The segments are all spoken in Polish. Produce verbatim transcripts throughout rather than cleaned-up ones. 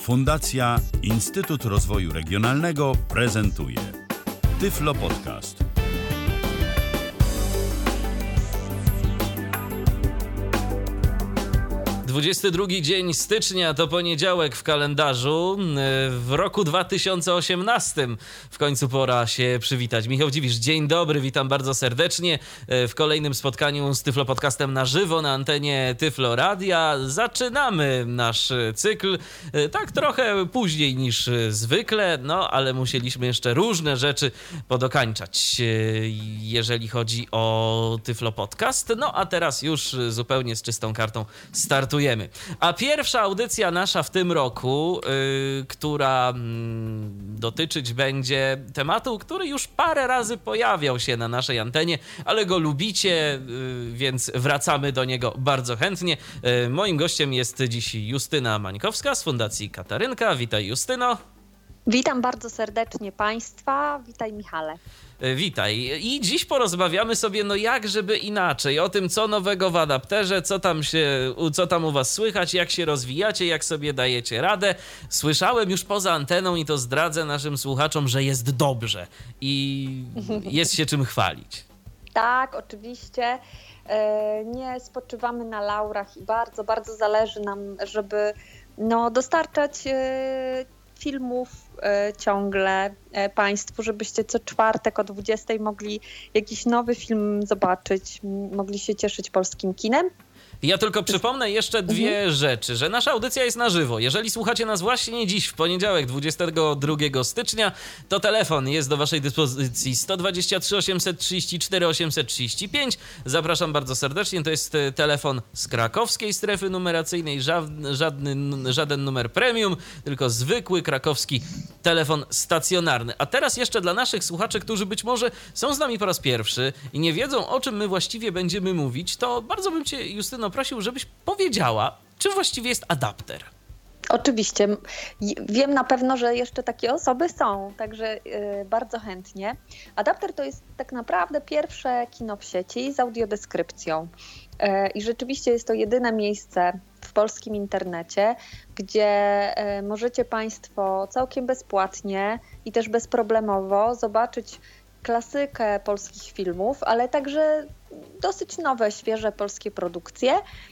Fundacja Instytut Rozwoju Regionalnego prezentuje Tyflo Podcast. dwudziesty drugi dzień stycznia to poniedziałek w kalendarzu. W roku dwa tysiące osiemnastym w końcu pora się przywitać. Michał Dziwisz, dzień dobry, witam bardzo serdecznie w kolejnym spotkaniu z Tyflo Podcastem na żywo na antenie Tyflo Radia. Zaczynamy nasz cykl tak trochę później niż zwykle, no ale musieliśmy jeszcze różne rzeczy podokańczać, jeżeli chodzi o Tyflo Podcast. No a teraz już zupełnie z czystą kartą startujemy. A pierwsza audycja nasza w tym roku, yy, która yy, dotyczyć będzie tematu, który już parę razy pojawiał się na naszej antenie, ale go lubicie, yy, więc wracamy do niego bardzo chętnie. Yy, moim gościem jest dziś Justyna Mańkowska z Fundacji Katarynka. Witaj, Justyno. Witam bardzo serdecznie Państwa. Witaj, Michale. Witaj. I dziś porozmawiamy sobie, no jak żeby inaczej, o tym, co nowego w adapterze, co tam się, co tam u was słychać, jak się rozwijacie, jak sobie dajecie radę. Słyszałem już poza anteną i to zdradzę naszym słuchaczom, że jest dobrze i jest się czym chwalić. Tak, oczywiście. Nie spoczywamy na laurach i bardzo, bardzo zależy nam, żeby no, dostarczać filmów e, ciągle e, Państwu, żebyście co czwartek o dwudziestej mogli jakiś nowy film zobaczyć, m- mogli się cieszyć polskim kinem. Ja tylko przypomnę jeszcze dwie mhm. rzeczy, że nasza audycja jest na żywo. Jeżeli słuchacie nas właśnie dziś, w poniedziałek, dwudziestego drugiego stycznia, to telefon jest do waszej dyspozycji sto dwadzieścia trzy osiemset trzydzieści cztery osiemset trzydzieści pięć. Zapraszam bardzo serdecznie. To jest telefon z krakowskiej strefy numeracyjnej, żadny, żaden numer premium, tylko zwykły krakowski telefon stacjonarny. A teraz jeszcze dla naszych słuchaczy, którzy być może są z nami po raz pierwszy i nie wiedzą, o czym my właściwie będziemy mówić, to bardzo bym cię, Justyno, prosił, żebyś powiedziała, czym właściwie jest adapter. Oczywiście. Wiem na pewno, że jeszcze takie osoby są, także yy, bardzo chętnie. Adapter to jest tak naprawdę pierwsze kino w sieci z audiodeskrypcją. Yy, I rzeczywiście jest to jedyne miejsce w polskim internecie, gdzie yy, możecie Państwo całkiem bezpłatnie i też bezproblemowo zobaczyć klasykę polskich filmów, ale także dosyć nowe, świeże polskie produkcje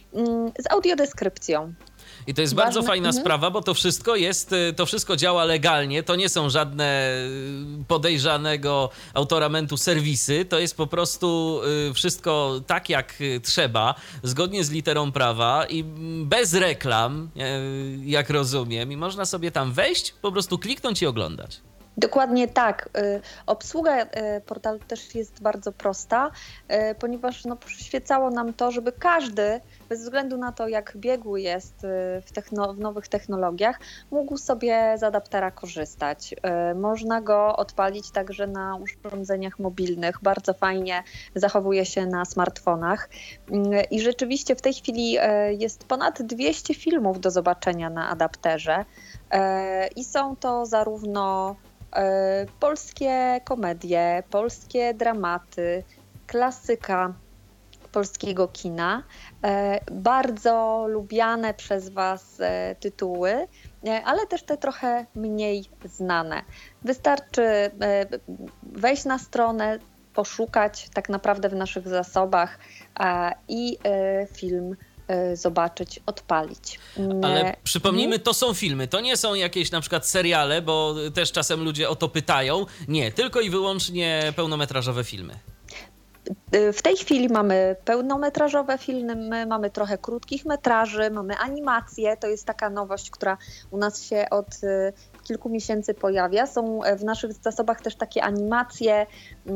z audiodeskrypcją. I to jest Ważne. bardzo fajna mhm. sprawa, bo to wszystko jest, to wszystko działa legalnie, to nie są żadne podejrzanego autoramentu serwisy, to jest po prostu wszystko tak jak trzeba, zgodnie z literą prawa i bez reklam, jak rozumiem, i można sobie tam wejść, po prostu kliknąć i oglądać. Dokładnie tak. Obsługa portalu też jest bardzo prosta, ponieważ no, przyświecało nam to, żeby każdy, bez względu na to, jak biegły jest w, techno- w nowych technologiach, mógł sobie z adaptera korzystać. Można go odpalić także na urządzeniach mobilnych. Bardzo fajnie zachowuje się na smartfonach. I rzeczywiście w tej chwili jest ponad dwieście filmów do zobaczenia na adapterze. I są to zarówno polskie komedie, polskie dramaty, klasyka polskiego kina, bardzo lubiane przez Was tytuły, ale też te trochę mniej znane. Wystarczy wejść na stronę, poszukać tak naprawdę w naszych zasobach i film zobaczyć, odpalić. Ale przypomnijmy, to są filmy, to nie są jakieś na przykład seriale, bo też czasem ludzie o to pytają. Nie, tylko i wyłącznie pełnometrażowe filmy. W tej chwili mamy pełnometrażowe filmy, mamy trochę krótkich metraży, mamy animacje, to jest taka nowość, która u nas się od kilku miesięcy pojawia. Są w naszych zasobach też takie animacje,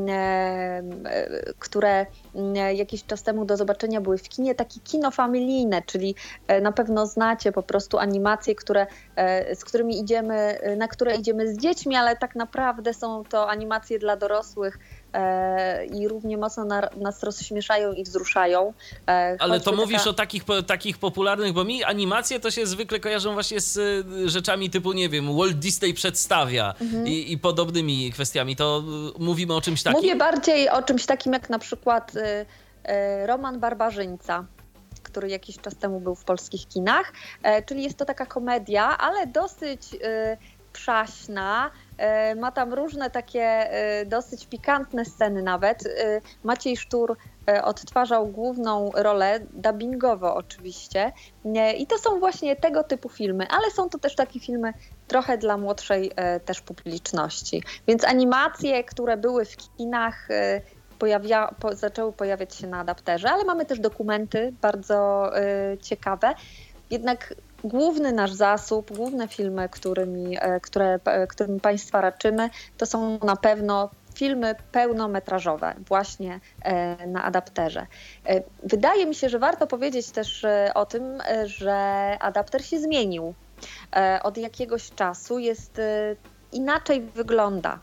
które jakiś czas temu do zobaczenia były w kinie, takie kino familijne, czyli na pewno znacie po prostu animacje, które, z którymi idziemy, na które idziemy z dziećmi, ale tak naprawdę są to animacje dla dorosłych i równie mocno na, nas rozśmieszają i wzruszają. Ale to mówisz taka... o takich, takich popularnych, bo mi animacje to się zwykle kojarzą właśnie z rzeczami typu, nie wiem, Walt Disney przedstawia mhm. i, i podobnymi kwestiami. To mówimy o czymś takim? Mówię bardziej o czymś takim jak na przykład y, y, Roman Barbarzyńca, który jakiś czas temu był w polskich kinach, czyli jest to taka komedia, ale dosyć przaśna, ma tam różne takie dosyć pikantne sceny nawet. Maciej Sztur odtwarzał główną rolę, dubbingowo oczywiście, i to są właśnie tego typu filmy, ale są to też takie filmy trochę dla młodszej też publiczności. Więc animacje, które były w kinach, pojawia, po, zaczęły pojawiać się na adapterze, ale mamy też dokumenty bardzo y, ciekawe. Jednak główny nasz zasób, główne filmy, którymi, które, którymi Państwa raczymy, to są na pewno filmy pełnometrażowe właśnie na adapterze. Wydaje mi się, że warto powiedzieć też o tym, że adapter się zmienił. Od jakiegoś czasu jest inaczej wygląda.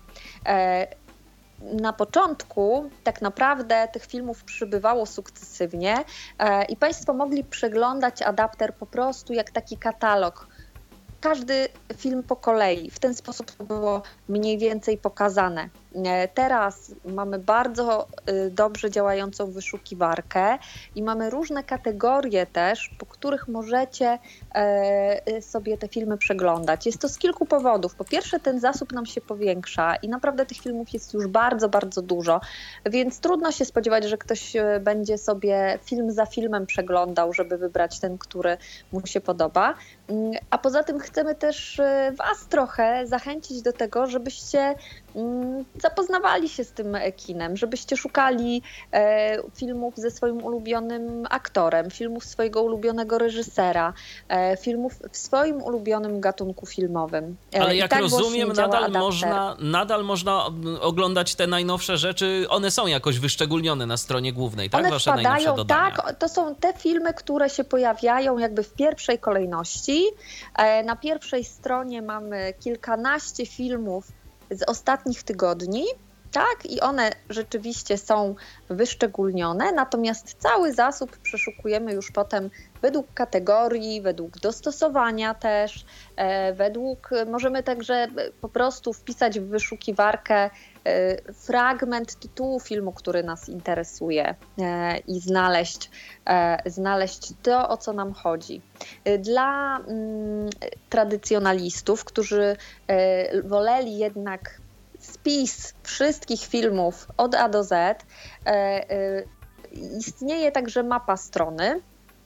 Na początku tak naprawdę tych filmów przybywało sukcesywnie i Państwo mogli przeglądać adapter po prostu jak taki katalog. Każdy film po kolei. W ten sposób to było mniej więcej pokazane. Teraz mamy bardzo dobrze działającą wyszukiwarkę i mamy różne kategorie też, po których możecie sobie te filmy przeglądać. Jest to z kilku powodów. Po pierwsze, ten zasób nam się powiększa i naprawdę tych filmów jest już bardzo, bardzo dużo, więc trudno się spodziewać, że ktoś będzie sobie film za filmem przeglądał, żeby wybrać ten, który mu się podoba. A poza tym chcemy też Was trochę zachęcić do tego, żebyście zapoznawali się z tym kinem, żebyście szukali e, filmów ze swoim ulubionym aktorem, filmów swojego ulubionego reżysera, e, filmów w swoim ulubionym gatunku filmowym. E, Ale jak tak rozumiem, nadal można, nadal można oglądać te najnowsze rzeczy, one są jakoś wyszczególnione na stronie głównej, tak? One Wasze wpadają, najnowsze dodania. Tak, to są te filmy, które się pojawiają jakby w pierwszej kolejności. E, na pierwszej stronie mamy kilkanaście filmów z ostatnich tygodni, tak, i one rzeczywiście są wyszczególnione, natomiast cały zasób przeszukujemy już potem według kategorii, według dostosowania też, e, według, możemy także po prostu wpisać w wyszukiwarkę e, fragment tytułu filmu, który nas interesuje e, i znaleźć, e, znaleźć to, o co nam chodzi. Dla mm, tradycjonalistów, którzy e, woleli jednak spis wszystkich filmów od A do Z, e, e, istnieje także mapa strony,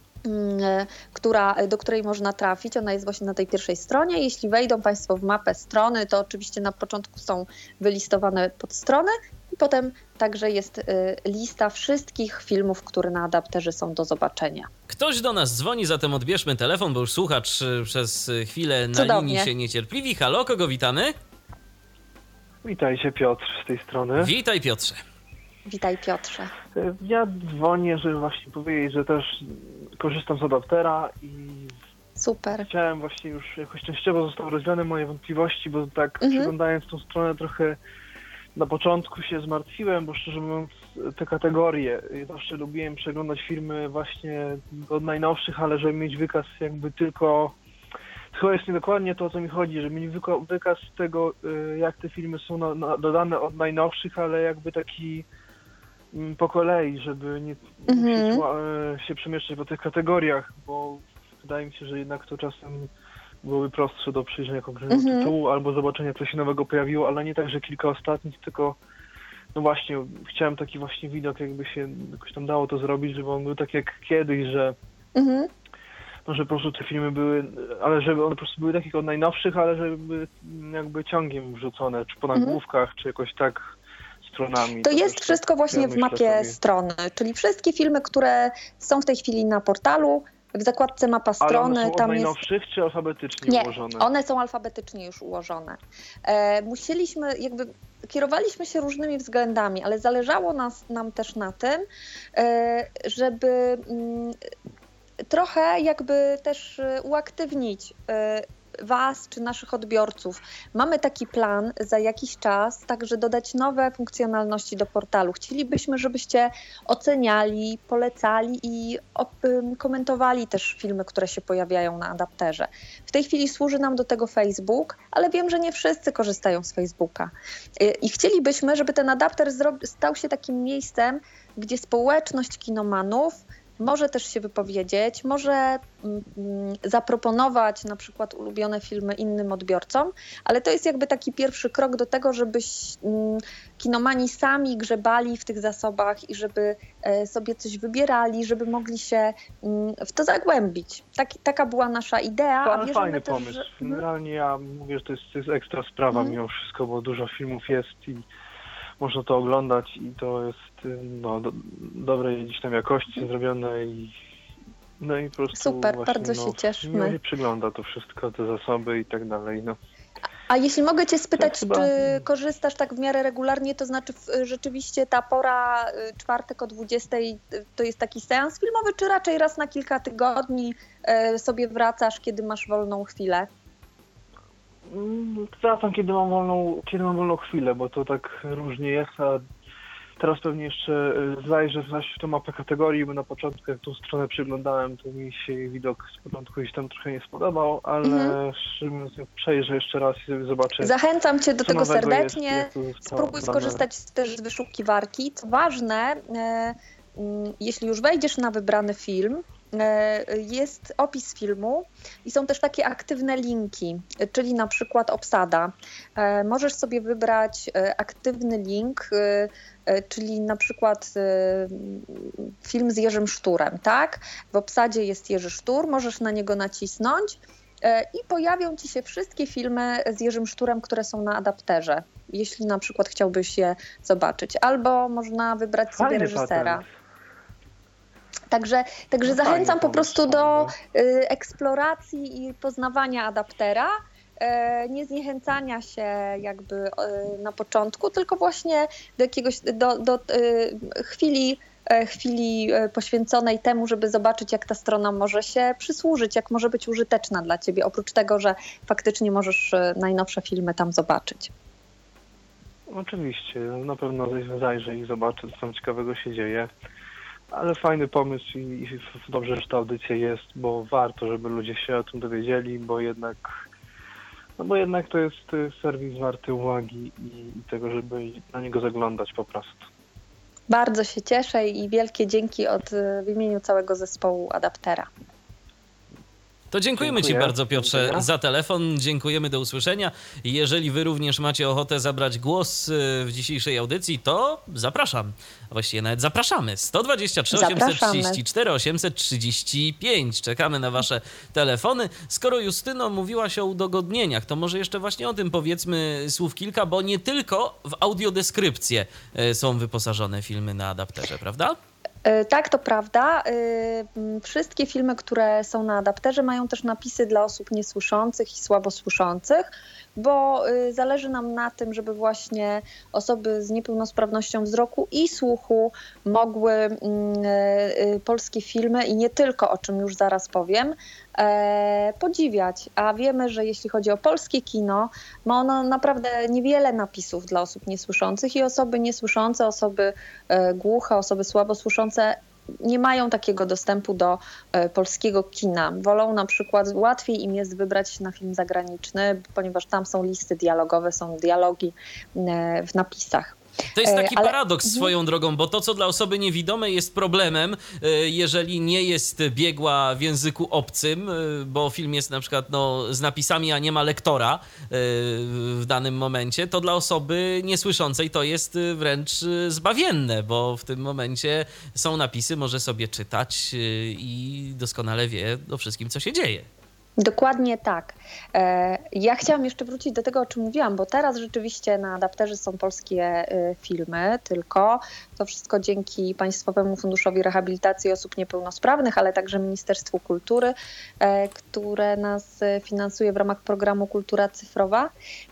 Która, do której można trafić. Ona jest właśnie na tej pierwszej stronie. Jeśli wejdą Państwo w mapę strony, to oczywiście na początku są wylistowane podstrony i potem także jest lista wszystkich filmów, które na adapterze są do zobaczenia. Ktoś do nas dzwoni, zatem odbierzmy telefon, bo już słuchacz przez chwilę na Cudownie. linii się niecierpliwi. Halo, kogo witamy? Witajcie, Piotr z tej strony. Witaj, Piotrze. Witaj, Piotrze. Ja dzwonię, żeby właśnie powiedzieć, że też korzystam z adaptera i super. Chciałem właśnie już jakoś częściowo zostały rozwiane moje wątpliwości, bo tak mhm. przeglądając tą stronę trochę na początku się zmartwiłem, bo szczerze mówiąc te kategorie, zawsze lubiłem przeglądać filmy właśnie od najnowszych, ale żeby mieć wykaz jakby tylko, chyba jest niedokładnie to, o co mi chodzi, żeby mieć wykaz tego, jak te filmy są na, na, dodane od najnowszych, ale jakby taki po kolei, żeby nie mhm. musieć się przemieszczać po tych kategoriach, bo wydaje mi się, że jednak to czasem byłoby prostsze do przyjrzenia konkretnego mhm. tytułu albo zobaczenia, co się nowego pojawiło, ale nie tak, że kilka ostatnich, tylko no właśnie, chciałem taki właśnie widok, jakby się jakoś tam dało to zrobić, żeby on był tak jak kiedyś, że mhm. no, że po prostu te filmy były, ale żeby one po prostu były takich od najnowszych, ale żeby jakby ciągiem wrzucone, czy po nagłówkach, mhm. czy jakoś tak stronami. To, to jest wszystko tak, właśnie ja w mapie sobie. strony, czyli wszystkie filmy, które są w tej chwili na portalu, w zakładce mapa strony. Ale one są tam od najnowszych, jest... czy alfabetycznie Nie, ułożone? One są alfabetycznie już ułożone. E, musieliśmy, jakby kierowaliśmy się różnymi względami, ale zależało nas, nam też na tym, e, żeby mm, trochę jakby też uaktywnić e, Was czy naszych odbiorców. Mamy taki plan za jakiś czas, także dodać nowe funkcjonalności do portalu. Chcielibyśmy, żebyście oceniali, polecali i komentowali też filmy, które się pojawiają na adapterze. W tej chwili służy nam do tego Facebook, ale wiem, że nie wszyscy korzystają z Facebooka. I chcielibyśmy, żeby ten adapter stał się takim miejscem, gdzie społeczność kinomanów może też się wypowiedzieć, może mm, zaproponować na przykład ulubione filmy innym odbiorcom, ale to jest jakby taki pierwszy krok do tego, żebyś mm, kinomani sami grzebali w tych zasobach i żeby e, sobie coś wybierali, żeby mogli się mm, w to zagłębić. Tak, taka była nasza idea. To a ale wierzymy fajny też, pomysł. że... Generalnie ja mówię, że to jest, to jest ekstra sprawa Mhm. mimo wszystko, bo dużo filmów jest i można to oglądać i to jest y, no, do, dobrej gdzieś tam jakości zrobione i no i po prostu Super, właśnie, bardzo się no, cieszmy. miło się przygląda to wszystko, te zasoby i tak dalej. No. A jeśli mogę cię spytać, Tak, chyba- czy korzystasz tak w miarę regularnie, to znaczy w, rzeczywiście ta pora, y, czwartek o dwudziestej, y, to jest taki seans filmowy, czy raczej raz na kilka tygodni y, sobie wracasz, kiedy masz wolną chwilę? Mm, Wracam, kiedy mam wolną, kiedy mam wolną chwilę, bo to tak różnie jest, a teraz pewnie jeszcze y, zajrzę zaś w tą mapę kategorii, bo na początku jak tą stronę przyglądałem, to mi się jej widok z początku się tam trochę nie spodobał, ale Mhm. szczerze mówiąc, przejrzę jeszcze raz i sobie zobaczę. Zachęcam cię do co tego nowego serdecznie. jest, jak to zostało Spróbuj dodane. skorzystać też z wyszukiwarki. Co ważne, e, mm, jeśli już wejdziesz na wybrany film, e, jest opis filmu i są też takie aktywne linki, e, czyli na przykład obsada. E, Możesz sobie wybrać e, aktywny link, e, e, czyli na przykład e, film z Jerzym Szturem, tak? W obsadzie jest Jerzy Sztur, możesz na niego nacisnąć e, i pojawią ci się wszystkie filmy z Jerzym Szturem, które są na adapterze, jeśli na przykład chciałbyś je zobaczyć. Albo można wybrać sobie Fajny reżysera. patent. Także, także No zachęcam fajny po pomysł, prostu do fajny. y, eksploracji i poznawania adaptera, y, nie zniechęcania się jakby y, na początku, tylko właśnie do jakiegoś, do, do y, chwili, y, chwili y, poświęconej temu, żeby zobaczyć, jak ta strona może się przysłużyć, jak może być użyteczna dla ciebie, oprócz tego, że faktycznie możesz y, najnowsze filmy tam zobaczyć. Oczywiście, na pewno zajrzę i zobaczę, co tam ciekawego się dzieje. Ale fajny pomysł i, i dobrze, że ta audycja jest, bo warto, żeby ludzie się o tym dowiedzieli, bo jednak, no bo jednak to jest serwis warty uwagi i, i tego, żeby na niego zaglądać po prostu. Bardzo się cieszę i wielkie dzięki od, y, w imieniu całego zespołu Adaptera. To dziękujemy Dziękuję. Ci bardzo, Piotrze, Dziękuję. za telefon. Dziękujemy, do usłyszenia. Jeżeli Wy również macie ochotę zabrać głos y, w dzisiejszej audycji, to zapraszam. A właściwie nawet zapraszamy. sto dwadzieścia trzy osiemset trzydzieści cztery osiemset trzydzieści pięć. Czekamy na Wasze telefony. Skoro Justyno mówiłaś o udogodnieniach, to może jeszcze właśnie o tym powiedzmy słów kilka, bo nie tylko w audiodeskrypcję y, są wyposażone filmy na adapterze, prawda? Tak, to prawda. Wszystkie filmy, które są na adapterze, mają też napisy dla osób niesłyszących i słabosłyszących, bo zależy nam na tym, żeby właśnie osoby z niepełnosprawnością wzroku i słuchu mogły polskie filmy i nie tylko, o czym już zaraz powiem, podziwiać. A wiemy, że jeśli chodzi o polskie kino, ma ono naprawdę niewiele napisów dla osób niesłyszących i osoby niesłyszące, osoby głuche, osoby słabosłyszące nie mają takiego dostępu do polskiego kina. Wolą na przykład, łatwiej im jest wybrać się na film zagraniczny, ponieważ tam są listy dialogowe, są dialogi w napisach. To jest taki Ale... paradoks swoją drogą, bo to, co dla osoby niewidomej jest problemem, jeżeli nie jest biegła w języku obcym, bo film jest na przykład no, z napisami, a nie ma lektora w danym momencie, to dla osoby niesłyszącej to jest wręcz zbawienne, bo w tym momencie są napisy, może sobie czytać i doskonale wie o wszystkim, co się dzieje. Dokładnie tak. Ja chciałam jeszcze wrócić do tego, o czym mówiłam, bo teraz rzeczywiście na adapterze są polskie filmy, tylko to wszystko dzięki Państwowemu Funduszowi Rehabilitacji Osób Niepełnosprawnych, ale także Ministerstwu Kultury, które nas finansuje w ramach programu Kultura Cyfrowa.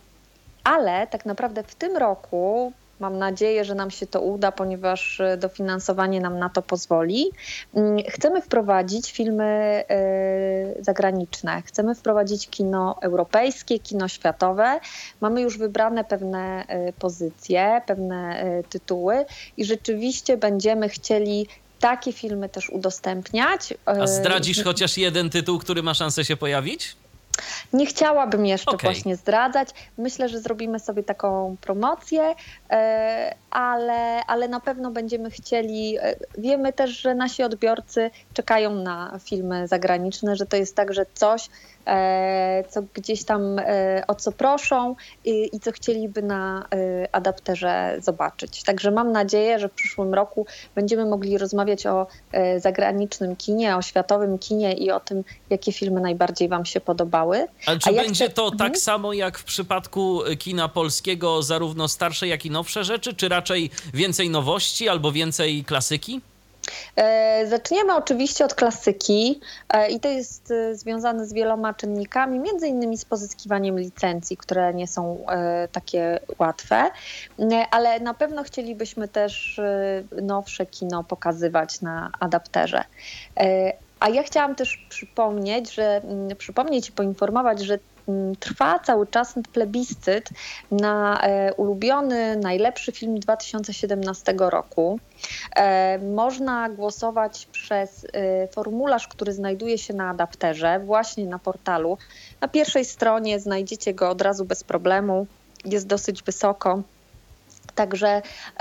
Ale tak naprawdę w tym roku, mam nadzieję, że nam się to uda, ponieważ dofinansowanie nam na to pozwoli. Chcemy wprowadzić filmy zagraniczne, chcemy wprowadzić kino europejskie, kino światowe. Mamy już wybrane pewne pozycje, pewne tytuły i rzeczywiście będziemy chcieli takie filmy też udostępniać. A zdradzisz chociaż jeden tytuł, który ma szansę się pojawić? Nie chciałabym jeszcze Okay. właśnie zdradzać. Myślę, że zrobimy sobie taką promocję, ale, ale na pewno będziemy chcieli. Wiemy też, że nasi odbiorcy czekają na filmy zagraniczne, że to jest tak, że coś, co gdzieś tam, o co proszą i, i co chcieliby na adapterze zobaczyć. Także mam nadzieję, że w przyszłym roku będziemy mogli rozmawiać o zagranicznym kinie, o światowym kinie i o tym, jakie filmy najbardziej wam się podobały. Ale czy A będzie chcę... to tak mhm. samo jak w przypadku kina polskiego, zarówno starsze, jak i nowsze rzeczy, czy raczej więcej nowości albo więcej klasyki? Zaczniemy oczywiście od klasyki i to jest związane z wieloma czynnikami, między innymi z pozyskiwaniem licencji, które nie są takie łatwe, ale na pewno chcielibyśmy też nowsze kino pokazywać na adapterze. A ja chciałam też przypomnieć, że przypomnieć i poinformować, że trwa cały czas plebiscyt na ulubiony, najlepszy film dwa tysiące siedemnastego roku. Można głosować przez formularz, który znajduje się na adapterze, właśnie na portalu. Na pierwszej stronie znajdziecie go od razu bez problemu. Jest dosyć wysoko. Także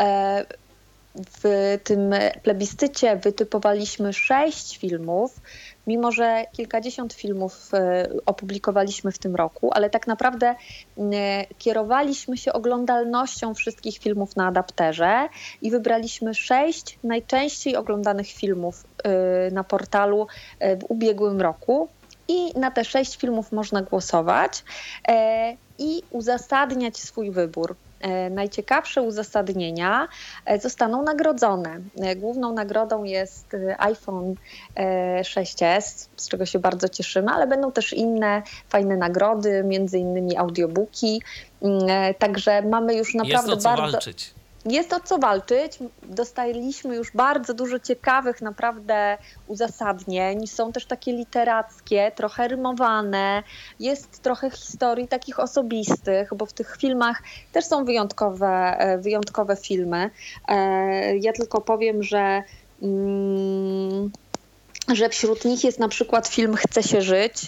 w tym plebiscycie wytypowaliśmy sześć filmów, mimo że kilkadziesiąt filmów opublikowaliśmy w tym roku, ale tak naprawdę kierowaliśmy się oglądalnością wszystkich filmów na adapterze i wybraliśmy sześć najczęściej oglądanych filmów na portalu w ubiegłym roku. I na te sześć filmów można głosować i uzasadniać swój wybór. Najciekawsze uzasadnienia zostaną nagrodzone. Główną nagrodą jest iPhone sześć es, z czego się bardzo cieszymy, ale będą też inne fajne nagrody, między innymi audiobooki. Także mamy już naprawdę jest o co bardzo... walczyć. Jest o co walczyć. Dostaliśmy już bardzo dużo ciekawych naprawdę uzasadnień. Są też takie literackie, trochę rymowane. Jest trochę historii takich osobistych, bo w tych filmach też są wyjątkowe, wyjątkowe filmy. Ja tylko powiem, że, mm, że wśród nich jest na przykład film Chce się żyć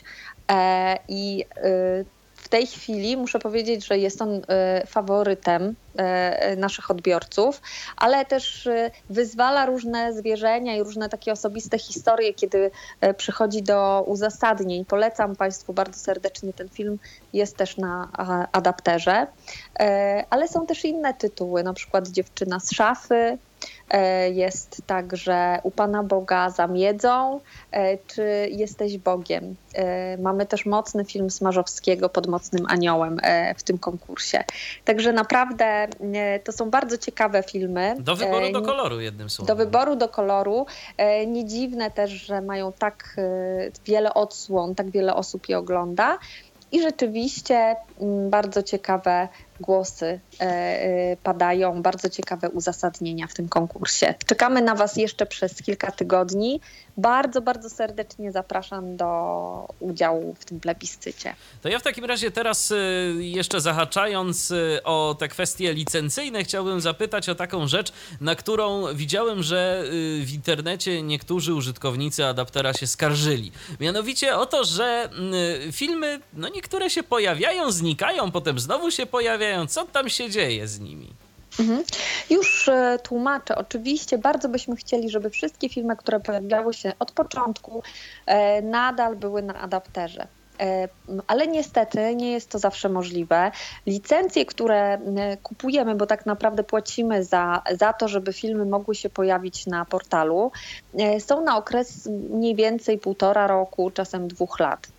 i w tej chwili muszę powiedzieć, że jest on faworytem naszych odbiorców, ale też wyzwala różne zwierzenia i różne takie osobiste historie, kiedy przychodzi do uzasadnień. Polecam Państwu bardzo serdecznie ten film, jest też na adapterze, ale są też inne tytuły, na przykład Dziewczyna z szafy, jest także U Pana Boga za miedzą, czy Jesteś Bogiem. Mamy też mocny film Smarzowskiego Pod mocnym aniołem w tym konkursie. Także naprawdę to są bardzo ciekawe filmy. Do wyboru, do koloru jednym słowem. Do wyboru, do koloru. Nie dziwne też, że mają tak wiele odsłon, tak wiele osób je ogląda. I rzeczywiście bardzo ciekawe głosy padają, bardzo ciekawe uzasadnienia w tym konkursie. Czekamy na Was jeszcze przez kilka tygodni. Bardzo, bardzo serdecznie zapraszam do udziału w tym plebiscycie. To ja w takim razie teraz jeszcze zahaczając o te kwestie licencyjne, chciałbym zapytać o taką rzecz, na którą widziałem, że w internecie niektórzy użytkownicy adaptera się skarżyli. Mianowicie o to, że filmy, no niektóre się pojawiają, znikają, potem znowu się pojawiają. Co tam się dzieje z nimi? Mhm. Już e, tłumaczę. Oczywiście bardzo byśmy chcieli, żeby wszystkie filmy, które pojawiały się od początku, e, nadal były na adapterze. E, ale niestety nie jest to zawsze możliwe. Licencje, które e, kupujemy, bo tak naprawdę płacimy za, za to, żeby filmy mogły się pojawić na portalu, e, są na okres mniej więcej półtora roku, czasem dwóch lat.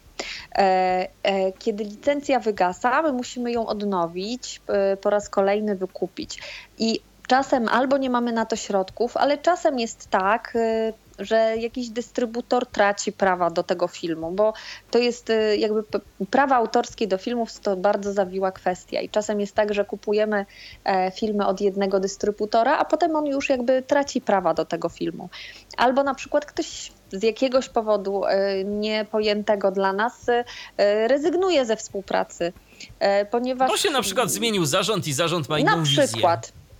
Kiedy licencja wygasa, my musimy ją odnowić, po raz kolejny wykupić. I czasem albo nie mamy na to środków, ale czasem jest tak, że jakiś dystrybutor traci prawa do tego filmu, bo to jest jakby prawa autorskie do filmów to bardzo zawiła kwestia i czasem jest tak, że kupujemy filmy od jednego dystrybutora, a potem on już jakby traci prawa do tego filmu. Albo na przykład ktoś z jakiegoś powodu niepojętego dla nas rezygnuje ze współpracy, ponieważ... Bo się na przykład zmienił zarząd i zarząd ma inną na wizję. przykład.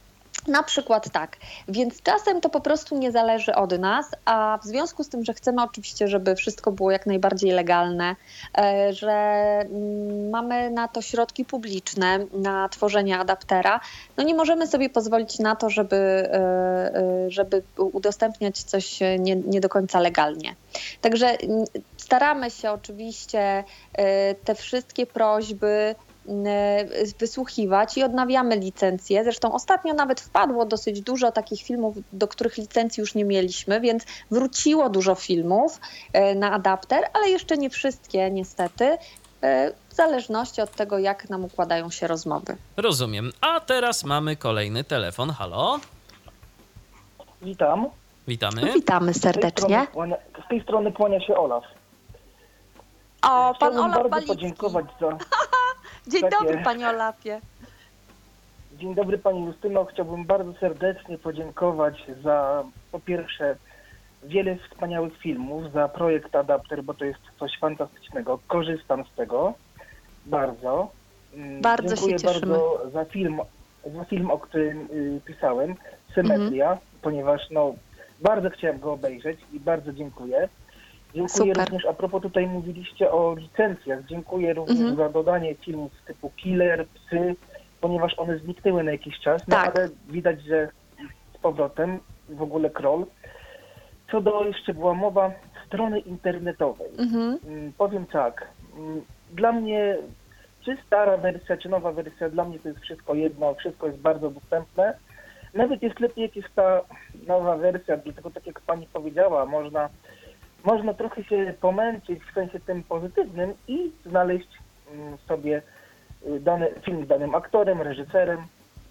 Na przykład tak, więc czasem to po prostu nie zależy od nas, a w związku z tym, że chcemy oczywiście, żeby wszystko było jak najbardziej legalne, że mamy na to środki publiczne, na tworzenie adaptera, no nie możemy sobie pozwolić na to, żeby, żeby udostępniać coś nie, nie do końca legalnie. Także staramy się oczywiście te wszystkie prośby wysłuchiwać i odnawiamy licencje. Zresztą ostatnio nawet wpadło dosyć dużo takich filmów, do których licencji już nie mieliśmy, więc wróciło dużo filmów na adapter, ale jeszcze nie wszystkie niestety, w zależności od tego, jak nam układają się rozmowy. Rozumiem. A teraz mamy kolejny telefon. Halo? Witam. Witamy. Witamy serdecznie. Z tej strony, z tej strony kłania się Olaf. O, pan Chciałbym Olaf bardzo Balicki. podziękować za... Dzień takie... dobry, panie Olafie. Dzień dobry pani Justyno. Chciałbym bardzo serdecznie podziękować za, po pierwsze, wiele wspaniałych filmów, za projekt Adapter, bo to jest coś fantastycznego. Korzystam z tego bardzo. Bardzo Dziękuję się cieszymy. bardzo za film, za film, o którym y, pisałem, Symetria, mhm. ponieważ no, bardzo chciałem go obejrzeć i bardzo dziękuję. Dziękuję Super. również, a propos tutaj mówiliście o licencjach, dziękuję również mhm. za dodanie filmów typu Killer, Psy, ponieważ one zniknęły na jakiś czas, no Tak. ale widać, że z powrotem w ogóle Kroll. Co do, jeszcze była mowa strony internetowej. Mhm. Powiem tak, dla mnie czy stara wersja, czy nowa wersja, dla mnie to jest wszystko jedno, wszystko jest bardzo dostępne. Nawet jest lepiej, jak jest ta nowa wersja, dlatego tak jak pani powiedziała, można Można trochę się pomęczyć w sensie tym pozytywnym i znaleźć sobie dany film z danym aktorem, reżyserem.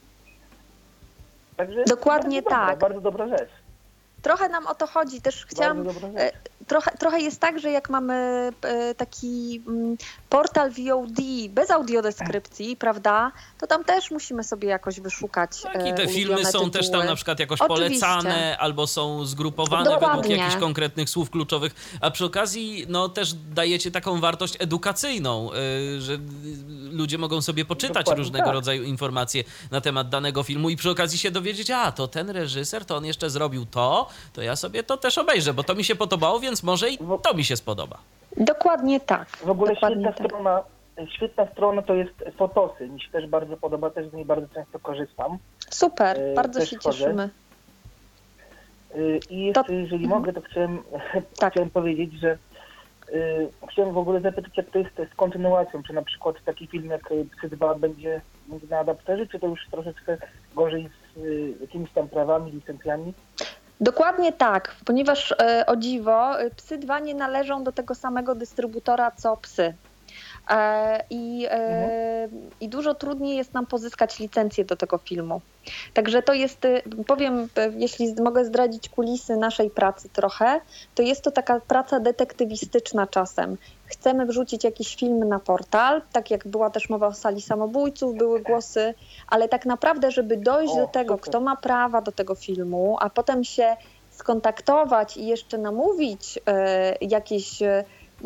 Także Dokładnie bardzo dobra, tak. bardzo dobra rzecz. Trochę nam o to chodzi. Też chciałam... Bardzo dobra rzecz. Trochę, trochę jest tak, że jak mamy taki portal V O D bez audiodeskrypcji, prawda, to tam też musimy sobie jakoś wyszukać Tak, i te ulubione filmy są tytuły. też tam na przykład jakoś Oczywiście. polecane, albo są zgrupowane Dokładnie. według jakichś konkretnych słów kluczowych, a przy okazji no też dajecie taką wartość edukacyjną, yy, że ludzie mogą sobie poczytać Dokładnie różnego tak. rodzaju informacje na temat danego filmu i przy okazji się dowiedzieć, a to ten reżyser, to on jeszcze zrobił to, to ja sobie to też obejrzę, bo to mi się podobało, więc może i to mi się spodoba. Dokładnie tak. W ogóle Dokładnie świetna tak. strona, świetna strona to jest Fotosy. Mi się też bardzo podoba, też z niej bardzo często korzystam. Super, Yy, bardzo też się wchodzę. cieszymy. Yy, I jeszcze, To- jeżeli mhm. mogę, to chciałem, Tak. chciałem powiedzieć, że yy, chciałem w ogóle zapytać, jak to jest z kontynuacją, czy na przykład taki film jak Psy dwa będzie, będzie na adapterze, czy to już troszeczkę gorzej z yy, jakimiś tam prawami, licencjami? Dokładnie tak, ponieważ e, o dziwo e, Psy dwa nie należą do tego samego dystrybutora co Psy. E, I, e, Mhm. I dużo trudniej jest nam pozyskać licencję do tego filmu. Także to jest, e, powiem, e, jeśli mogę zdradzić kulisy naszej pracy trochę, to jest to taka praca detektywistyczna czasem. Chcemy wrzucić jakiś film na portal, tak jak była też mowa o Sali Samobójców, były głosy, ale tak naprawdę, żeby dojść O, do tego, super. kto ma prawa do tego filmu, a potem się skontaktować i jeszcze namówić e, jakieś e,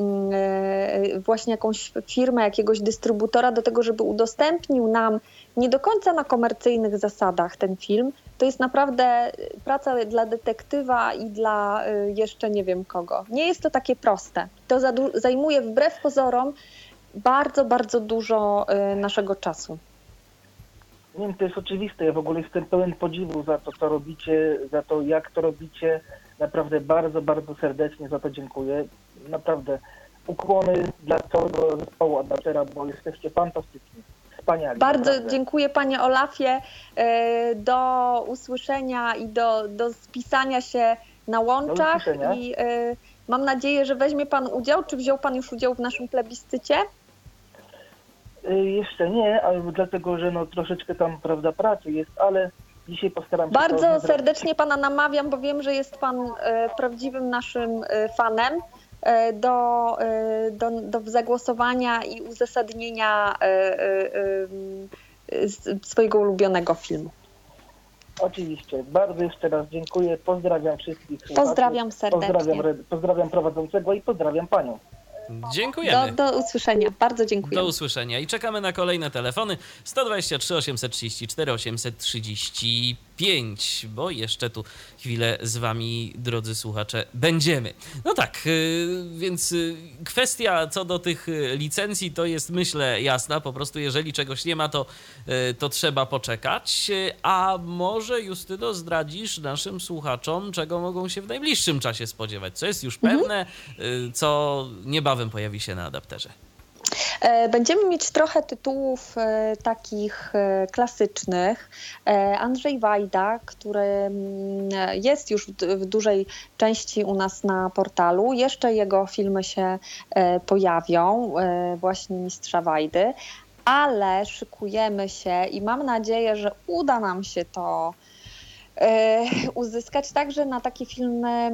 e, właśnie jakąś firmę, jakiegoś dystrybutora do tego, żeby udostępnił nam nie do końca na komercyjnych zasadach ten film, to jest naprawdę praca dla detektywa i dla e, jeszcze nie wiem kogo. Nie jest to takie proste. To zadu- zajmuje wbrew pozorom bardzo, bardzo dużo e, naszego czasu. Nie wiem, to jest oczywiste. Ja w ogóle jestem pełen podziwu za to, co robicie, za to, jak to robicie. Naprawdę bardzo, bardzo serdecznie za to dziękuję. Naprawdę ukłony dla całego zespołu Adaptera, bo jesteście fantastyczni. Wspaniali. Bardzo naprawdę. dziękuję panie Olafie. E, Do usłyszenia i do, do spisania się na łączach. usłyszenia. I e, mam nadzieję, że weźmie pan udział. Czy wziął pan już udział w naszym plebiscycie? Y, Jeszcze nie, ale dlatego, że no troszeczkę tam, prawda, pracy jest, ale dzisiaj postaram się to Bardzo zrobić. serdecznie pana namawiam, bo wiem, że jest pan e, prawdziwym naszym e, fanem e, do, e, do, do zagłosowania i uzasadnienia e, e, e, s- swojego ulubionego filmu. Oczywiście. Bardzo jeszcze raz dziękuję. Pozdrawiam wszystkich. Pozdrawiam serdecznie. Pozdrawiam, re- pozdrawiam prowadzącego i pozdrawiam panią. Dziękujemy. Do, do usłyszenia. Bardzo dziękuję. Do usłyszenia i czekamy na kolejne telefony sto dwadzieścia trzy osiemset trzydzieści cztery osiemset trzydzieści pięć, bo jeszcze tu chwilę z wami, drodzy słuchacze, będziemy. No tak, więc kwestia co do tych licencji to jest, myślę, jasna. Po prostu jeżeli czegoś nie ma, to, to trzeba poczekać. A może, Justyno, zdradzisz naszym słuchaczom, czego mogą się w najbliższym czasie spodziewać? Co jest już pewne, mhm. co niebawem pojawi się na adapterze? Będziemy mieć trochę tytułów e, takich e, klasycznych. E, Andrzej Wajda, który jest już w, w dużej części u nas na portalu. Jeszcze jego filmy się e, pojawią, e, właśnie Mistrza Wajdy, ale szykujemy się i mam nadzieję, że uda nam się to uzyskać także na takie filmy,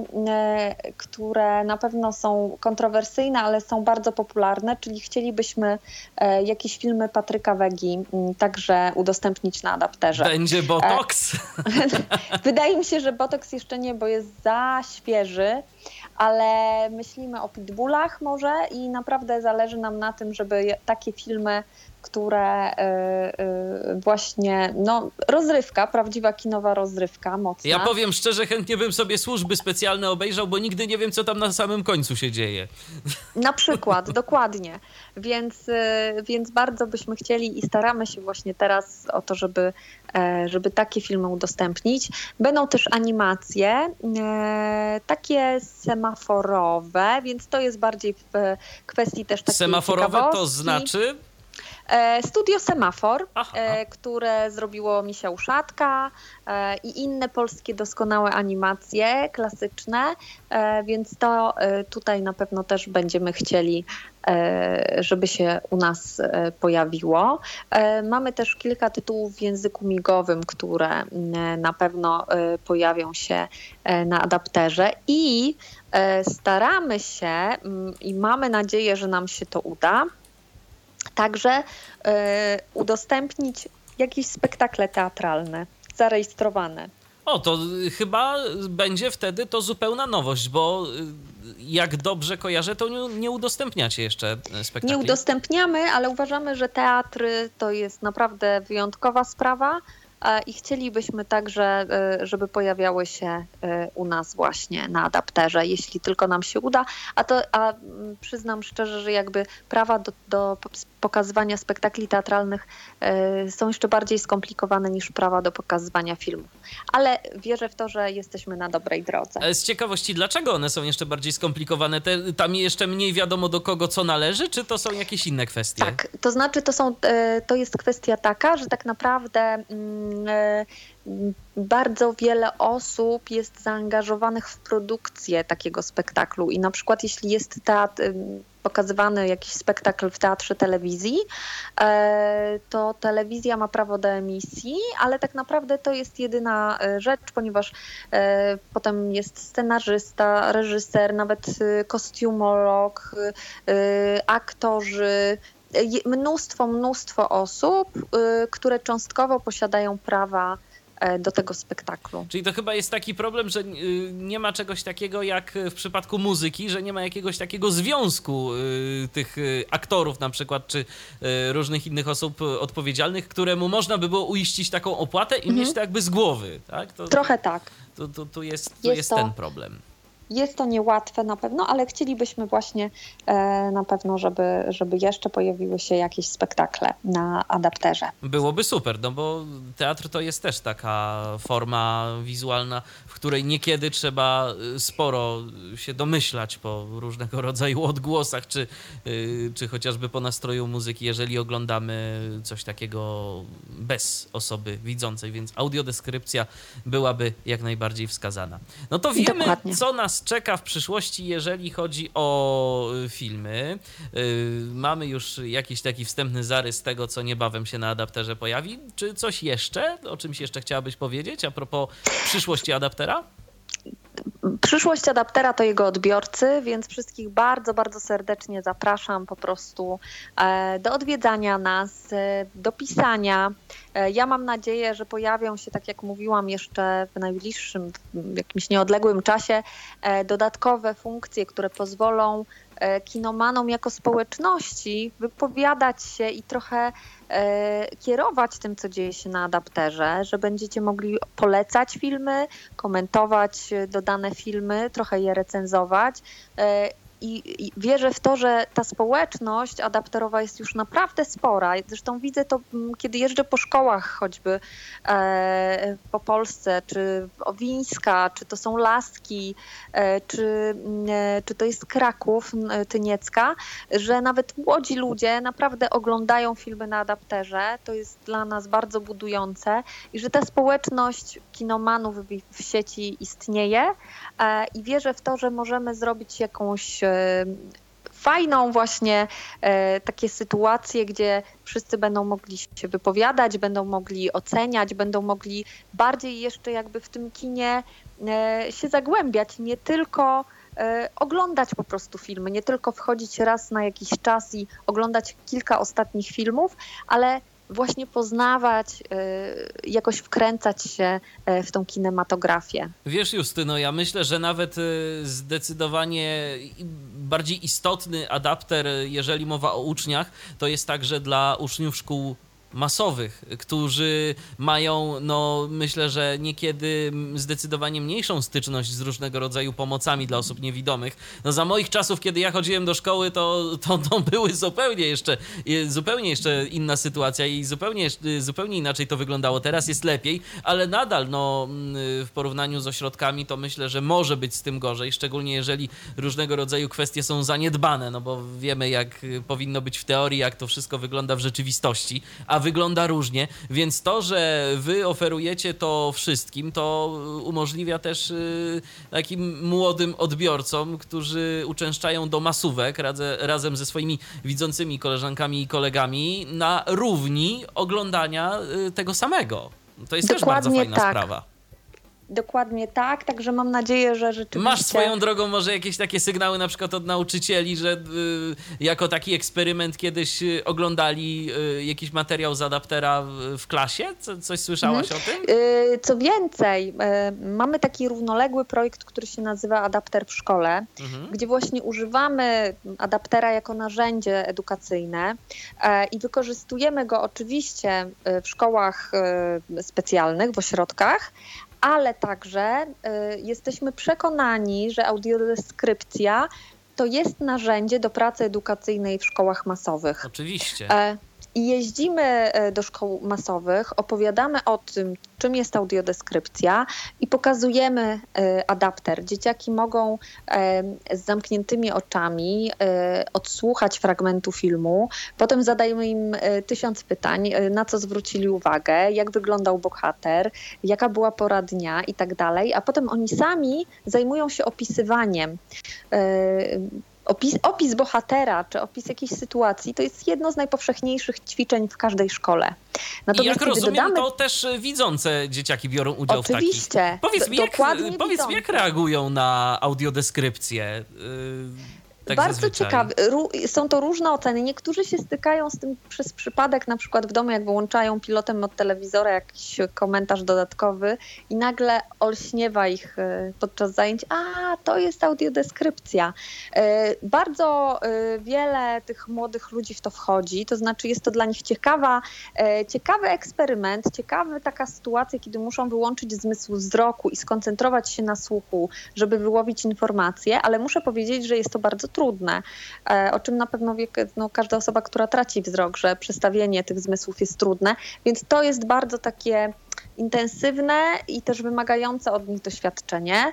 które na pewno są kontrowersyjne, ale są bardzo popularne, czyli chcielibyśmy jakieś filmy Patryka Wegi także udostępnić na adapterze. Będzie Botox? Wydaje mi się, że Botox jeszcze nie, bo jest za świeży, ale myślimy o Pitbullach może i naprawdę zależy nam na tym, żeby takie filmy, które y, y, właśnie, no rozrywka, prawdziwa kinowa rozrywka, mocna. Ja powiem szczerze, chętnie bym sobie służby specjalne obejrzał, bo nigdy nie wiem, co tam na samym końcu się dzieje. Na przykład, dokładnie. Więc, y, więc bardzo byśmy chcieli i staramy się właśnie teraz o to, żeby, y, żeby takie filmy udostępnić. Będą też animacje, y, takie semaforowe, więc to jest bardziej w kwestii też takiej semaforowe ciekawostki. To znaczy? Studio Semafor, Aha. które zrobiło Misia Uszatka i inne polskie doskonałe animacje klasyczne, więc to tutaj na pewno też będziemy chcieli, żeby się u nas pojawiło. Mamy też kilka tytułów w języku migowym, które na pewno pojawią się na adapterze i staramy się i mamy nadzieję, że nam się to uda, także y, udostępnić jakieś spektakle teatralne zarejestrowane. O, to chyba będzie wtedy to zupełna nowość, bo jak dobrze kojarzę, to nie, nie udostępniacie jeszcze spektakli. Nie udostępniamy, ale uważamy, że teatry to jest naprawdę wyjątkowa sprawa i chcielibyśmy także, żeby pojawiały się u nas właśnie na adapterze, jeśli tylko nam się uda, a to a przyznam szczerze, że jakby prawa do, do pokazywania spektakli teatralnych są jeszcze bardziej skomplikowane niż prawa do pokazywania filmów. Ale wierzę w to, że jesteśmy na dobrej drodze. Z ciekawości, dlaczego one są jeszcze bardziej skomplikowane? Te, tam jeszcze mniej wiadomo do kogo co należy, czy to są jakieś inne kwestie? Tak, to znaczy to, są, to jest kwestia taka, że tak naprawdę bardzo wiele osób jest zaangażowanych w produkcję takiego spektaklu i na przykład jeśli jest teatr, pokazywany jakiś spektakl w teatrze telewizji, to telewizja ma prawo do emisji, ale tak naprawdę to jest jedyna rzecz, ponieważ potem jest scenarzysta, reżyser, nawet kostiumolog, aktorzy, mnóstwo, mnóstwo osób, które cząstkowo posiadają prawa do tego spektaklu. Czyli to chyba jest taki problem, że nie ma czegoś takiego jak w przypadku muzyki, że nie ma jakiegoś takiego związku tych aktorów na przykład, czy różnych innych osób odpowiedzialnych, któremu można by było uiścić taką opłatę i mhm. mieć to jakby z głowy. Tak? To, Trochę tak. Tu, tu, tu jest, tu jest, jest to... ten problem. Jest to niełatwe na pewno, ale chcielibyśmy właśnie e, na pewno, żeby, żeby jeszcze pojawiły się jakieś spektakle na adapterze. Byłoby super, no bo teatr to jest też taka forma wizualna, w której niekiedy trzeba sporo się domyślać po różnego rodzaju odgłosach, czy, czy chociażby po nastroju muzyki, jeżeli oglądamy coś takiego bez osoby widzącej, więc audiodeskrypcja byłaby jak najbardziej wskazana. No to wiemy, Dokładnie. co nas czeka w przyszłości, jeżeli chodzi o filmy. Mamy już jakiś taki wstępny zarys tego, co niebawem się na adapterze pojawi. Czy coś jeszcze? O czymś jeszcze chciałabyś powiedzieć a propos przyszłości adaptera? Przyszłość adaptera to jego odbiorcy, więc wszystkich bardzo, bardzo serdecznie zapraszam po prostu do odwiedzania nas, do pisania. Ja mam nadzieję, że pojawią się, tak jak mówiłam, jeszcze w najbliższym, w jakimś nieodległym czasie dodatkowe funkcje, które pozwolą kinomanom jako społeczności wypowiadać się i trochę kierować tym, co dzieje się na adapterze, że będziecie mogli polecać filmy, komentować dodane filmy, trochę je recenzować. I, I wierzę w to, że ta społeczność adapterowa jest już naprawdę spora. Zresztą widzę to, kiedy jeżdżę po szkołach choćby e, po Polsce, czy Owińska, czy to są Laski, e, czy, e, czy to jest Kraków, e, Tyniecka, że nawet młodzi ludzie naprawdę oglądają filmy na adapterze. To jest dla nas bardzo budujące i że ta społeczność kinomanów w, w sieci istnieje e, i wierzę w to, że możemy zrobić jakąś fajną właśnie e, takie sytuacje, gdzie wszyscy będą mogli się wypowiadać, będą mogli oceniać, będą mogli bardziej jeszcze jakby w tym kinie e, się zagłębiać, nie tylko e, oglądać po prostu filmy, nie tylko wchodzić raz na jakiś czas i oglądać kilka ostatnich filmów, ale właśnie poznawać, jakoś wkręcać się w tą kinematografię. Wiesz, Justyno, ja myślę, że nawet zdecydowanie bardziej istotny adapter, jeżeli mowa o uczniach, to jest także dla uczniów szkół masowych, którzy mają, no myślę, że niekiedy zdecydowanie mniejszą styczność z różnego rodzaju pomocami dla osób niewidomych. No za moich czasów, kiedy ja chodziłem do szkoły, to, to, to były zupełnie jeszcze, zupełnie jeszcze inna sytuacja i zupełnie, zupełnie inaczej to wyglądało. Teraz jest lepiej, ale nadal no, w porównaniu z ośrodkami to myślę, że może być z tym gorzej, szczególnie jeżeli różnego rodzaju kwestie są zaniedbane, no bo wiemy, jak powinno być w teorii, jak to wszystko wygląda w rzeczywistości, a wygląda różnie, więc to, że wy oferujecie to wszystkim, to umożliwia też takim młodym odbiorcom, którzy uczęszczają do masówek radze, razem ze swoimi widzącymi koleżankami i kolegami na równi oglądania tego samego. To jest Dokładnie też bardzo fajna tak. sprawa. Dokładnie tak, także mam nadzieję, że rzeczywiście... Masz swoją drogą może jakieś takie sygnały na przykład od nauczycieli, że y, jako taki eksperyment kiedyś oglądali y, jakiś materiał z adaptera w, w klasie? Co, coś słyszałaś mhm. o tym? Y, co więcej, y, mamy taki równoległy projekt, który się nazywa Adapter w szkole, mhm. gdzie właśnie używamy adaptera jako narzędzie edukacyjne y, i wykorzystujemy go oczywiście w szkołach y, specjalnych, w ośrodkach, ale także y, jesteśmy przekonani, że audiodeskrypcja to jest narzędzie do pracy edukacyjnej w szkołach masowych. Oczywiście. E, I jeździmy do szkół masowych, opowiadamy o tym, czym jest audiodeskrypcja i pokazujemy adapter. Dzieciaki mogą z zamkniętymi oczami odsłuchać fragmentu filmu, potem zadajemy im tysiąc pytań, na co zwrócili uwagę, jak wyglądał bohater, jaka była pora dnia i tak dalej, a potem oni sami zajmują się opisywaniem. Opis, opis bohatera czy opis jakiejś sytuacji to jest jedno z najpowszechniejszych ćwiczeń w każdej szkole. Natomiast I jak kiedy rozumiem, dodamy... to też widzące dzieciaki biorą udział Oczywiście, w takich. Powiedz mi, jak, powiedz mi, jak widzące. reagują na audiodeskrypcję? Yy... Tak Bardzo zazwyczaj. ciekawe. Są to różne oceny. Niektórzy się stykają z tym przez przypadek, na przykład w domu, jak wyłączają pilotem od telewizora jakiś komentarz dodatkowy i nagle olśniewa ich podczas zajęć. A, to jest audiodeskrypcja. Bardzo wiele tych młodych ludzi w to wchodzi, to znaczy jest to dla nich ciekawa, ciekawy eksperyment, ciekawa taka sytuacja, kiedy muszą wyłączyć zmysł wzroku i skoncentrować się na słuchu, żeby wyłowić informacje, ale muszę powiedzieć, że jest to bardzo trudne, o czym na pewno wie no, każda osoba, która traci wzrok, że przestawienie tych zmysłów jest trudne, więc to jest bardzo takie intensywne i też wymagające od nich doświadczenie,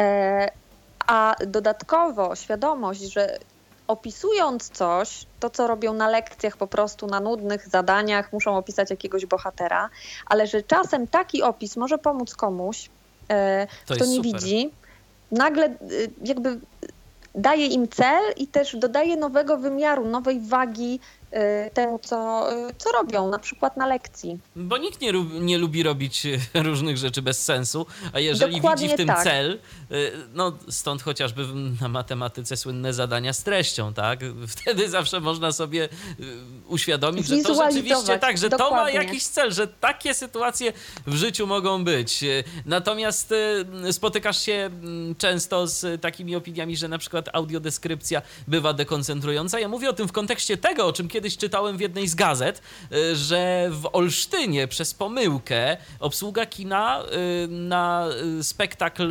a dodatkowo świadomość, że opisując coś, to co robią na lekcjach po prostu na nudnych zadaniach, muszą opisać jakiegoś bohatera, ale że czasem taki opis może pomóc komuś, to kto nie super. widzi, nagle jakby daje im cel i też dodaje nowego wymiaru, nowej wagi temu, co, co robią, na przykład na lekcji. Bo nikt nie, nie lubi robić różnych rzeczy bez sensu, a jeżeli Dokładnie widzi w tym tak. cel, no stąd chociażby na matematyce słynne zadania z treścią, tak? Wtedy zawsze można sobie uświadomić, że to rzeczywiście tak, że Dokładnie. to ma jakiś cel, że takie sytuacje w życiu mogą być. Natomiast spotykasz się często z takimi opiniami, że na przykład audiodeskrypcja bywa dekoncentrująca. Ja mówię o tym w kontekście tego, o czym kiedyś czytałem w jednej z gazet, że w Olsztynie przez pomyłkę obsługa kina na spektakl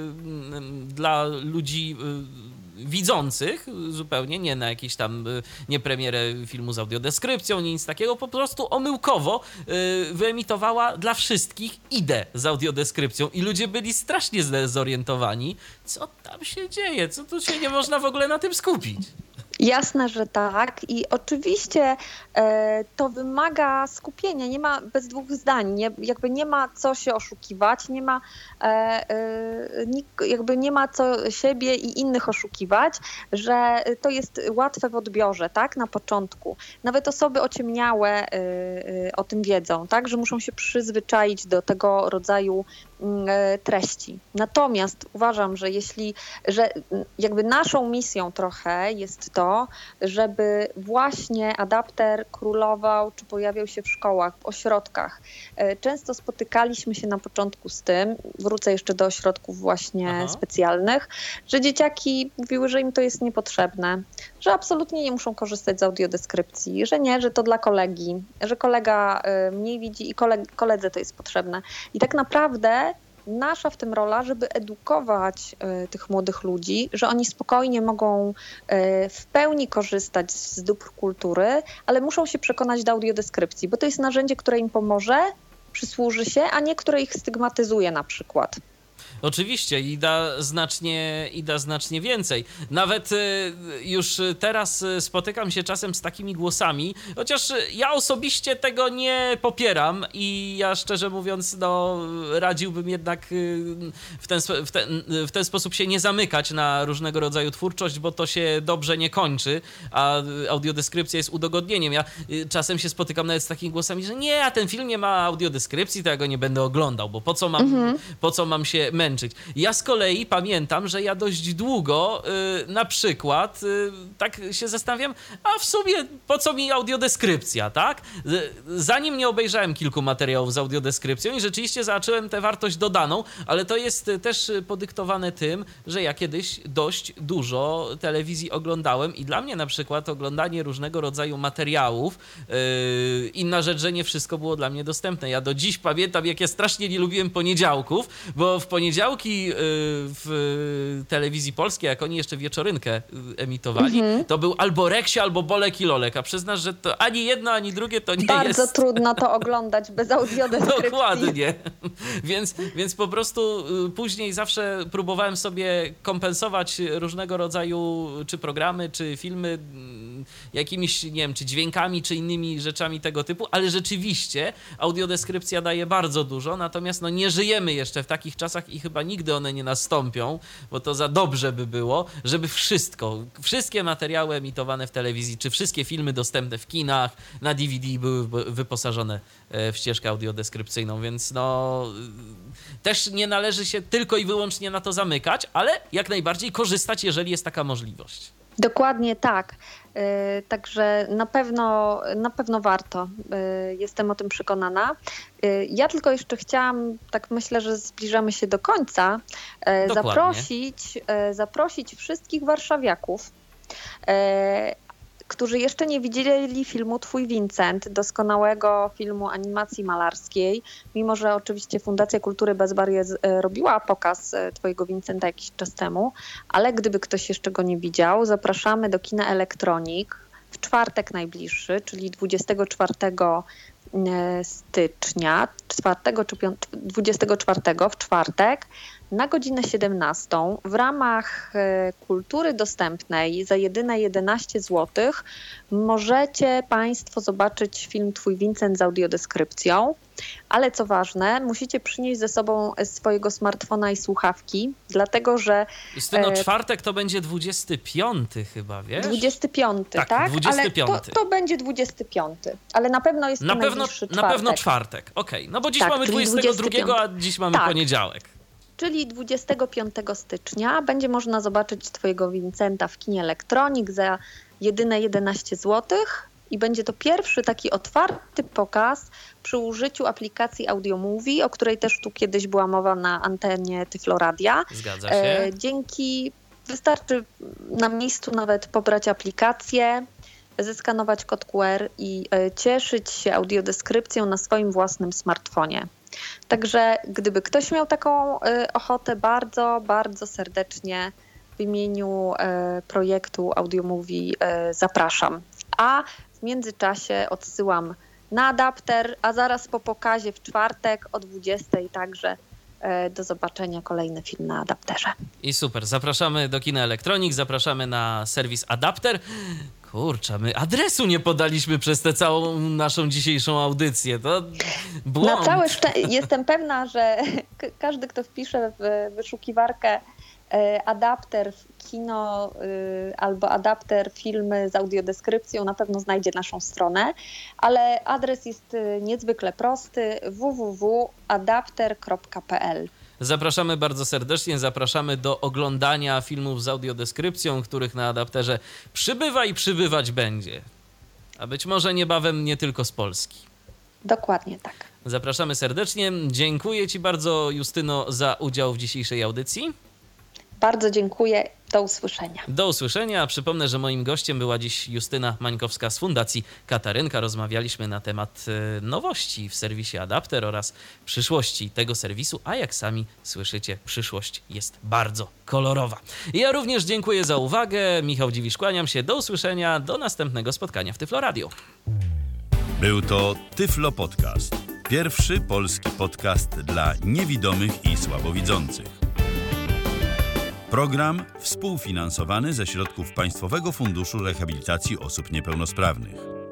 dla ludzi widzących zupełnie, nie na jakiś tam, nie premierę filmu z audiodeskrypcją, nie nic takiego, po prostu omyłkowo wyemitowała dla wszystkich I D E z audiodeskrypcją i ludzie byli strasznie zdezorientowani. Co tam się dzieje? Co tu się nie można w ogóle na tym skupić? Jasne, że tak i oczywiście e, to wymaga skupienia, nie ma bez dwóch zdań, nie, jakby nie ma co się oszukiwać, nie ma, e, e, nie, jakby nie ma co siebie i innych oszukiwać, że to jest łatwe w odbiorze, tak, na początku. Nawet osoby ociemniałe e, e, o tym wiedzą, tak, że muszą się przyzwyczaić do tego rodzaju e, treści. Natomiast uważam, że jeśli, że jakby naszą misją trochę jest to, żeby właśnie adapter królował, czy pojawiał się w szkołach, w ośrodkach. Często spotykaliśmy się na początku z tym, wrócę jeszcze do ośrodków właśnie Aha. specjalnych, że dzieciaki mówiły, że im to jest niepotrzebne, że absolutnie nie muszą korzystać z audiodeskrypcji, że nie, że to dla kolegi, że kolega mniej widzi i koledze to jest potrzebne. I tak naprawdę nasza w tym rola, żeby edukować y, tych młodych ludzi, że oni spokojnie mogą y, w pełni korzystać z dóbr kultury, ale muszą się przekonać do audiodeskrypcji, bo to jest narzędzie, które im pomoże, przysłuży się, a nie które ich stygmatyzuje na przykład. Oczywiście i da znacznie, i da znacznie więcej. Nawet już teraz spotykam się czasem z takimi głosami, chociaż ja osobiście tego nie popieram i ja szczerze mówiąc, no radziłbym jednak w ten, w ten, w ten sposób się nie zamykać na różnego rodzaju twórczość, bo to się dobrze nie kończy, a audiodeskrypcja jest udogodnieniem. Ja czasem się spotykam nawet z takimi głosami, że nie, a ten film nie ma audiodeskrypcji, to ja go nie będę oglądał, bo po co mam, mhm. po co mam się męczyć. Ja z kolei pamiętam, że ja dość długo y, na przykład y, tak się zastanawiam, a w sumie po co mi audiodeskrypcja, tak? Zanim nie obejrzałem kilku materiałów z audiodeskrypcją i rzeczywiście zobaczyłem tę wartość dodaną, ale to jest też podyktowane tym, że ja kiedyś dość dużo telewizji oglądałem i dla mnie na przykład oglądanie różnego rodzaju materiałów, y, inna rzecz, że nie wszystko było dla mnie dostępne. Ja do dziś pamiętam, jak ja strasznie nie lubiłem poniedziałków, bo w poniedziałki w telewizji polskiej, jak oni jeszcze wieczorynkę emitowali, mhm. to był albo Reksia, albo Bolek i Lolek, a przyznasz, że to ani jedno, ani drugie to nie Bardzo jest... Bardzo trudno to oglądać bez audiodeskrypcji. Dokładnie. Więc, więc po prostu później zawsze próbowałem sobie kompensować różnego rodzaju czy programy, czy filmy jakimiś, nie wiem, czy dźwiękami, czy innymi rzeczami tego typu, ale rzeczywiście audiodeskrypcja daje bardzo dużo, natomiast no nie żyjemy jeszcze w takich czasach i chyba nigdy one nie nastąpią, bo to za dobrze by było, żeby wszystko, wszystkie materiały emitowane w telewizji, czy wszystkie filmy dostępne w kinach, na D V D były wyposażone w ścieżkę audiodeskrypcyjną, więc no też nie należy się tylko i wyłącznie na to zamykać, ale jak najbardziej korzystać, jeżeli jest taka możliwość. Dokładnie tak. Także na pewno, na pewno warto. Jestem o tym przekonana. Ja tylko jeszcze chciałam, tak myślę, że zbliżamy się do końca, zaprosić, zaprosić wszystkich warszawiaków, którzy jeszcze nie widzieli filmu Twój Vincent, doskonałego filmu animacji malarskiej, mimo że oczywiście Fundacja Kultury Bez Barier robiła pokaz Twojego Vincenta jakiś czas temu, ale gdyby ktoś jeszcze go nie widział, zapraszamy do kina Elektronik w czwartek najbliższy, czyli dwudziestego czwartego stycznia, czwartego czy dwudziestego czwartego w czwartek na godzinę siedemnastą w ramach kultury dostępnej za jedyne jedenaście złotych możecie Państwo zobaczyć film Twój Vincent z audiodeskrypcją, ale co ważne, musicie przynieść ze sobą swojego smartfona i słuchawki, dlatego że... Justyno, czwartek to będzie dwudziesty piąty chyba, wiesz? dwudziesty piąty, tak? tak? dwudziesty piąty. Ale to, to będzie dwudziesty piąty, ale na pewno jest na to pewno, najbliższy czwartek. Na pewno czwartek, okej. Okay. No bo dziś tak, mamy dwudziestego drugiego, a dziś mamy tak. poniedziałek. Czyli dwudziestego piątego stycznia będzie można zobaczyć Twojego Vincenta w kinie Elektronik za jedyne jedenaście złotych i będzie to pierwszy taki otwarty pokaz przy użyciu aplikacji AudioMovie, o której też tu kiedyś była mowa na antenie Tyfloradia. Zgadza się. E, dzięki, wystarczy na miejscu nawet pobrać aplikację, zeskanować kod Q R i e, cieszyć się audiodeskrypcją na swoim własnym smartfonie. Także gdyby ktoś miał taką y, ochotę, bardzo, bardzo serdecznie w imieniu y, projektu AudioMovie y, zapraszam. A w międzyczasie odsyłam na adapter, a zaraz po pokazie w czwartek o dwudziestej także y, do zobaczenia kolejny film na adapterze. I super, zapraszamy do kina Elektronik, zapraszamy na serwis Adapter. Kurczę, my adresu nie podaliśmy przez tę całą naszą dzisiejszą audycję. To błąd. Na całe szczę- jestem pewna, że k- każdy, kto wpisze w wyszukiwarkę y, adapter kino y, albo adapter filmy z audiodeskrypcją, na pewno znajdzie naszą stronę, ale adres jest y, niezwykle prosty: w w w kropka adapter kropka p l. Zapraszamy bardzo serdecznie, zapraszamy do oglądania filmów z audiodeskrypcją, których na adapterze przybywa i przybywać będzie. A być może niebawem nie tylko z Polski. Dokładnie tak. Zapraszamy serdecznie. Dziękuję Ci bardzo, Justyno, za udział w dzisiejszej audycji. Bardzo dziękuję. Do usłyszenia. Do usłyszenia. Przypomnę, że moim gościem była dziś Justyna Mańkowska z Fundacji Katarynka. Rozmawialiśmy na temat nowości w serwisie Adapter oraz przyszłości tego serwisu, a jak sami słyszycie, przyszłość jest bardzo kolorowa. Ja również dziękuję za uwagę. Michał Dziwisz, kłaniam się. Do usłyszenia. Do następnego spotkania w Tyflo Radio. Był to Tyflo Podcast. Pierwszy polski podcast dla niewidomych i słabowidzących. Program współfinansowany ze środków Państwowego Funduszu Rehabilitacji Osób Niepełnosprawnych.